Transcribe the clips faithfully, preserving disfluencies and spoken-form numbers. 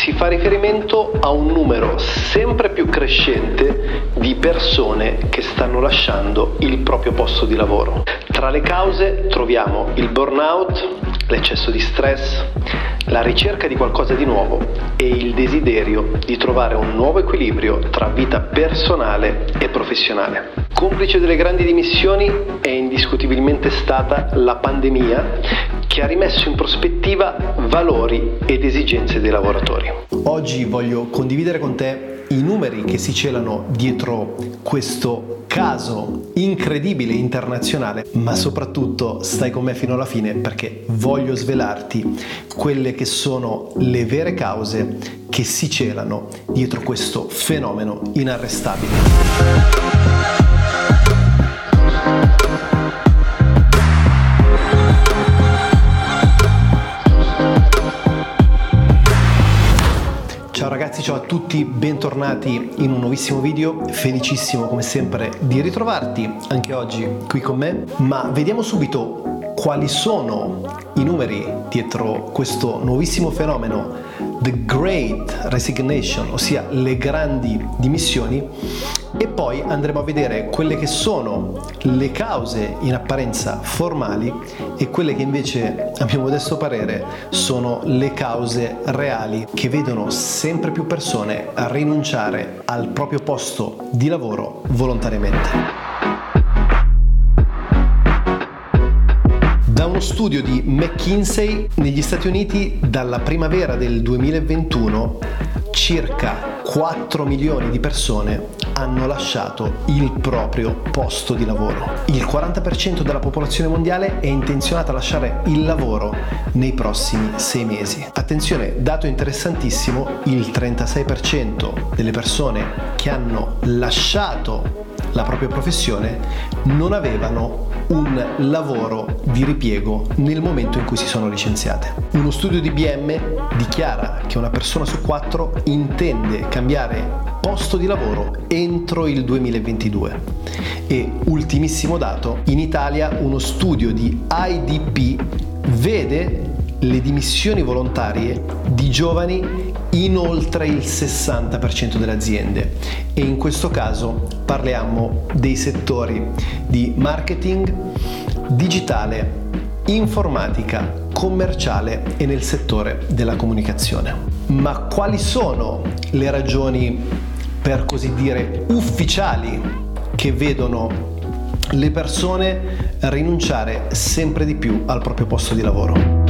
si fa riferimento a un numero sempre più crescente di persone che stanno lasciando il proprio posto di lavoro. Tra le cause troviamo il burnout, l'eccesso di stress, la ricerca di qualcosa di nuovo e il desiderio di trovare un nuovo equilibrio tra vita personale e professionale. Complice delle grandi dimissioni è indiscutibilmente stata la pandemia, che ha rimesso in prospettiva valori ed esigenze dei lavoratori. Oggi voglio condividere con te i numeri che si celano dietro questo caso incredibile internazionale, ma soprattutto stai con me fino alla fine perché voglio svelarti quelle che sono le vere cause che si celano dietro questo fenomeno inarrestabile. Ciao ragazzi, ciao a tutti, bentornati in un nuovissimo video, felicissimo come sempre di ritrovarti anche oggi qui con me, ma vediamo subito quali sono i numeri dietro questo nuovissimo fenomeno, The Great Resignation, ossia le grandi dimissioni, e poi andremo a vedere quelle che sono le cause in apparenza formali e quelle che invece, a mio modesto parere, sono le cause reali che vedono sempre più persone a rinunciare al proprio posto di lavoro volontariamente. Da uno studio di McKinsey, negli Stati Uniti dalla primavera del duemilaventuno circa quattro milioni di persone hanno lasciato il proprio posto di lavoro. Il quaranta per cento della popolazione mondiale è intenzionata a lasciare il lavoro nei prossimi sei mesi. Attenzione, dato interessantissimo, il trentasei per cento delle persone che hanno lasciato la propria professione non avevano un lavoro di ripiego nel momento in cui si sono licenziate. Uno studio di I B M dichiara che una persona su quattro intende cambiare posto di lavoro entro il duemilaventidue. E ultimissimo dato, in Italia uno studio di I D P vede le dimissioni volontarie di giovani in oltre il sessanta per cento delle aziende, e in questo caso parliamo dei settori di marketing, digitale, informatica, commerciale e nel settore della comunicazione. Ma quali sono le ragioni, per così dire, ufficiali che vedono le persone rinunciare sempre di più al proprio posto di lavoro?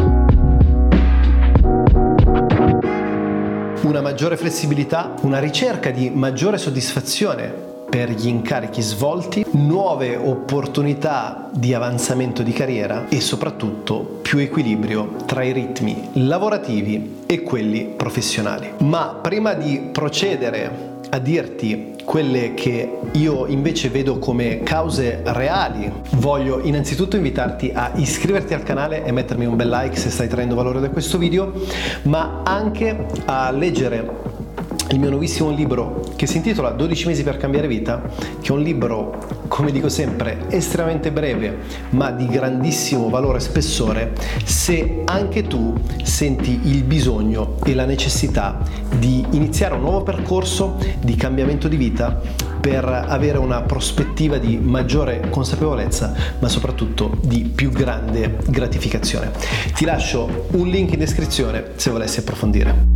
Una maggiore flessibilità, una ricerca di maggiore soddisfazione per gli incarichi svolti, nuove opportunità di avanzamento di carriera e soprattutto più equilibrio tra i ritmi lavorativi e quelli professionali. Ma prima di procedere a dirti quelle che io invece vedo come cause reali, voglio innanzitutto invitarti a iscriverti al canale e mettermi un bel like se stai traendo valore da questo video, ma anche a leggere il mio nuovissimo libro che si intitola dodici mesi per cambiare vita, che è un libro, come dico sempre, estremamente breve ma di grandissimo valore e spessore se anche tu senti il bisogno e la necessità di iniziare un nuovo percorso di cambiamento di vita per avere una prospettiva di maggiore consapevolezza ma soprattutto di più grande gratificazione. Ti lascio un link in descrizione se volessi approfondire.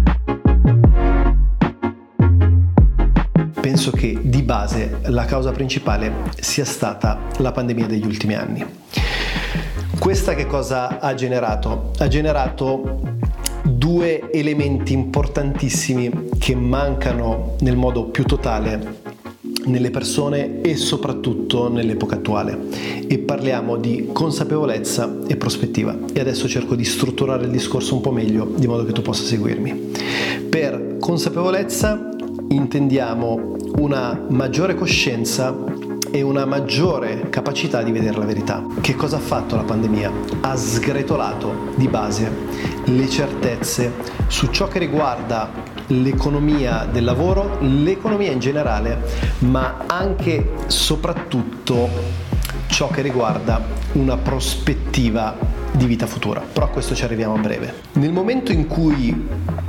Penso che di base la causa principale sia stata la pandemia degli ultimi anni. Questa che cosa ha generato? Ha generato due elementi importantissimi che mancano nel modo più totale nelle persone e soprattutto nell'epoca attuale, e parliamo di consapevolezza e prospettiva, e adesso cerco di strutturare il discorso un po' meglio di modo che tu possa seguirmi. Per consapevolezza intendiamo una maggiore coscienza e una maggiore capacità di vedere la verità. Che cosa ha fatto la pandemia? Ha sgretolato di base le certezze su ciò che riguarda l'economia del lavoro, l'economia in generale, ma anche e soprattutto ciò che riguarda una prospettiva di vita futura. Però a questo ci arriviamo a breve. Nel momento in cui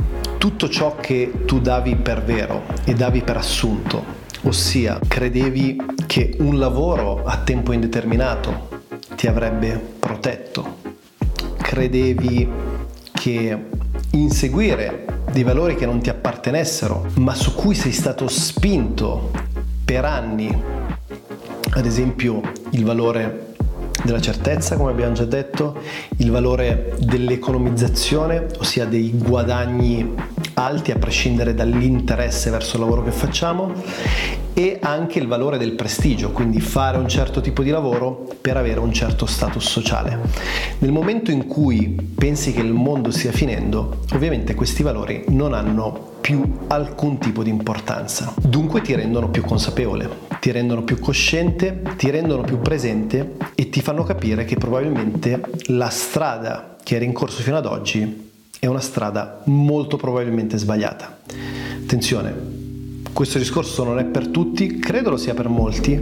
tutto ciò che tu davi per vero e davi per assunto, ossia credevi che un lavoro a tempo indeterminato ti avrebbe protetto, credevi che inseguire dei valori che non ti appartenessero, ma su cui sei stato spinto per anni, ad esempio il valore della certezza, come abbiamo già detto, il valore dell'economizzazione, ossia dei guadagni alti a prescindere dall'interesse verso il lavoro che facciamo, e anche il valore del prestigio, quindi fare un certo tipo di lavoro per avere un certo status sociale. Nel momento in cui pensi che il mondo stia finendo, ovviamente questi valori non hanno più alcun tipo di importanza. Dunque ti rendono più consapevole, ti rendono più cosciente, ti rendono più presente e ti fanno capire che probabilmente la strada che eri in corso fino ad oggi è una strada molto probabilmente sbagliata. Attenzione, questo discorso non è per tutti, credo lo sia per molti,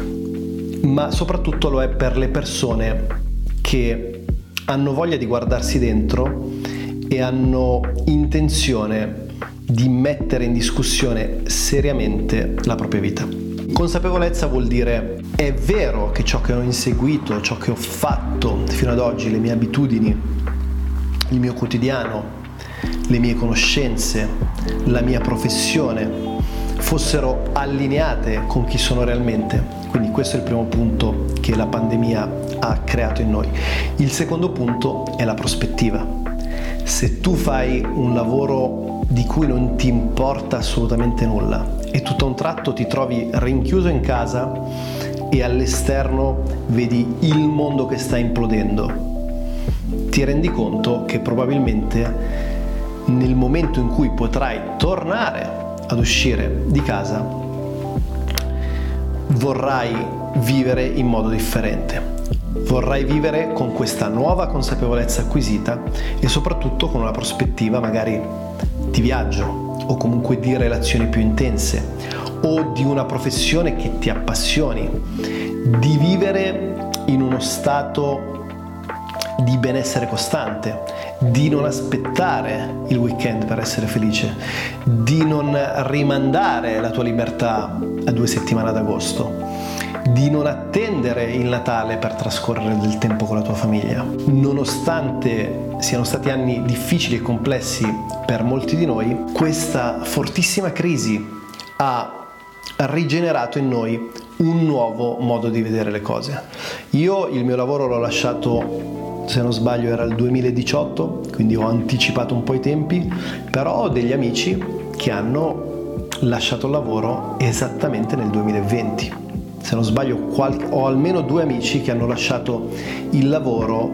ma soprattutto lo è per le persone che hanno voglia di guardarsi dentro e hanno intenzione di mettere in discussione seriamente la propria vita. Consapevolezza vuol dire: è vero che ciò che ho inseguito, ciò che ho fatto fino ad oggi, le mie abitudini, il mio quotidiano, le mie conoscenze, la mia professione fossero allineate con chi sono realmente. Quindi questo è il primo punto che la pandemia ha creato in noi. Il secondo punto è la prospettiva. Se tu fai un lavoro di cui non ti importa assolutamente nulla e tutto a un tratto ti trovi rinchiuso in casa e all'esterno vedi il mondo che sta implodendo, ti rendi conto che probabilmente nel momento in cui potrai tornare ad uscire di casa vorrai vivere in modo differente. Vorrai vivere con questa nuova consapevolezza acquisita e soprattutto con una prospettiva magari di viaggio o comunque di relazioni più intense o di una professione che ti appassioni, di vivere in uno stato di benessere costante, di non aspettare il weekend per essere felice, di non rimandare la tua libertà a due settimane ad agosto, di non attendere il Natale per trascorrere del tempo con la tua famiglia. Nonostante siano stati anni difficili e complessi per molti di noi, questa fortissima crisi ha rigenerato in noi un nuovo modo di vedere le cose. Io il mio lavoro l'ho lasciato, se non sbaglio era il duemiladiciotto, quindi ho anticipato un po' i tempi, però ho degli amici che hanno lasciato il lavoro esattamente nel duemilaventi. Se non sbaglio qualche, ho almeno due amici che hanno lasciato il lavoro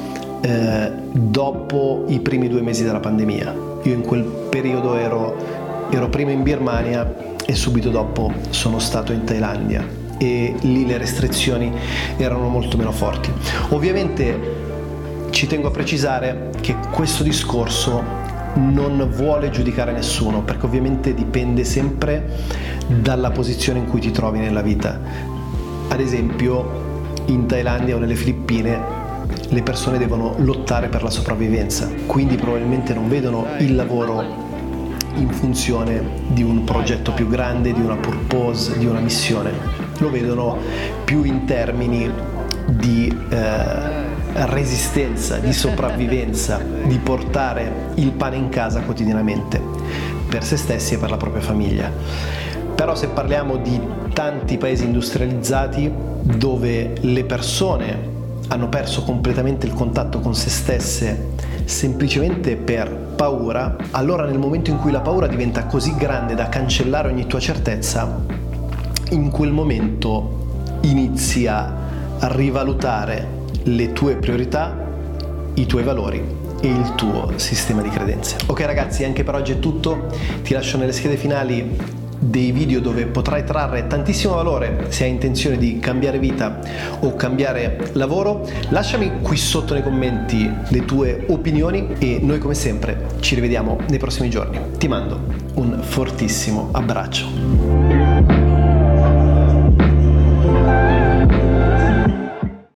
eh, dopo i primi due mesi della pandemia. Io in quel periodo ero, ero prima in Birmania e subito dopo sono stato in Thailandia e lì le restrizioni erano molto meno forti. Ovviamente ci tengo a precisare che questo discorso non vuole giudicare nessuno, perché ovviamente dipende sempre dalla posizione in cui ti trovi nella vita. Ad esempio in Thailandia o nelle Filippine le persone devono lottare per la sopravvivenza, quindi probabilmente non vedono il lavoro in funzione di un progetto più grande, di una purpose, di una missione, lo vedono più in termini di eh, resistenza, di sopravvivenza, di portare il pane in casa quotidianamente per se stessi e per la propria famiglia. Però se parliamo di tanti paesi industrializzati dove le persone hanno perso completamente il contatto con se stesse semplicemente per paura, allora nel momento in cui la paura diventa così grande da cancellare ogni tua certezza, in quel momento inizi a rivalutare le tue priorità, i tuoi valori e il tuo sistema di credenze. Ok ragazzi, anche per oggi è tutto. Ti lascio nelle schede finali dei video dove potrai trarre tantissimo valore se hai intenzione di cambiare vita o cambiare lavoro. Lasciami qui sotto nei commenti le tue opinioni e noi come sempre ci rivediamo nei prossimi giorni. Ti mando un fortissimo abbraccio.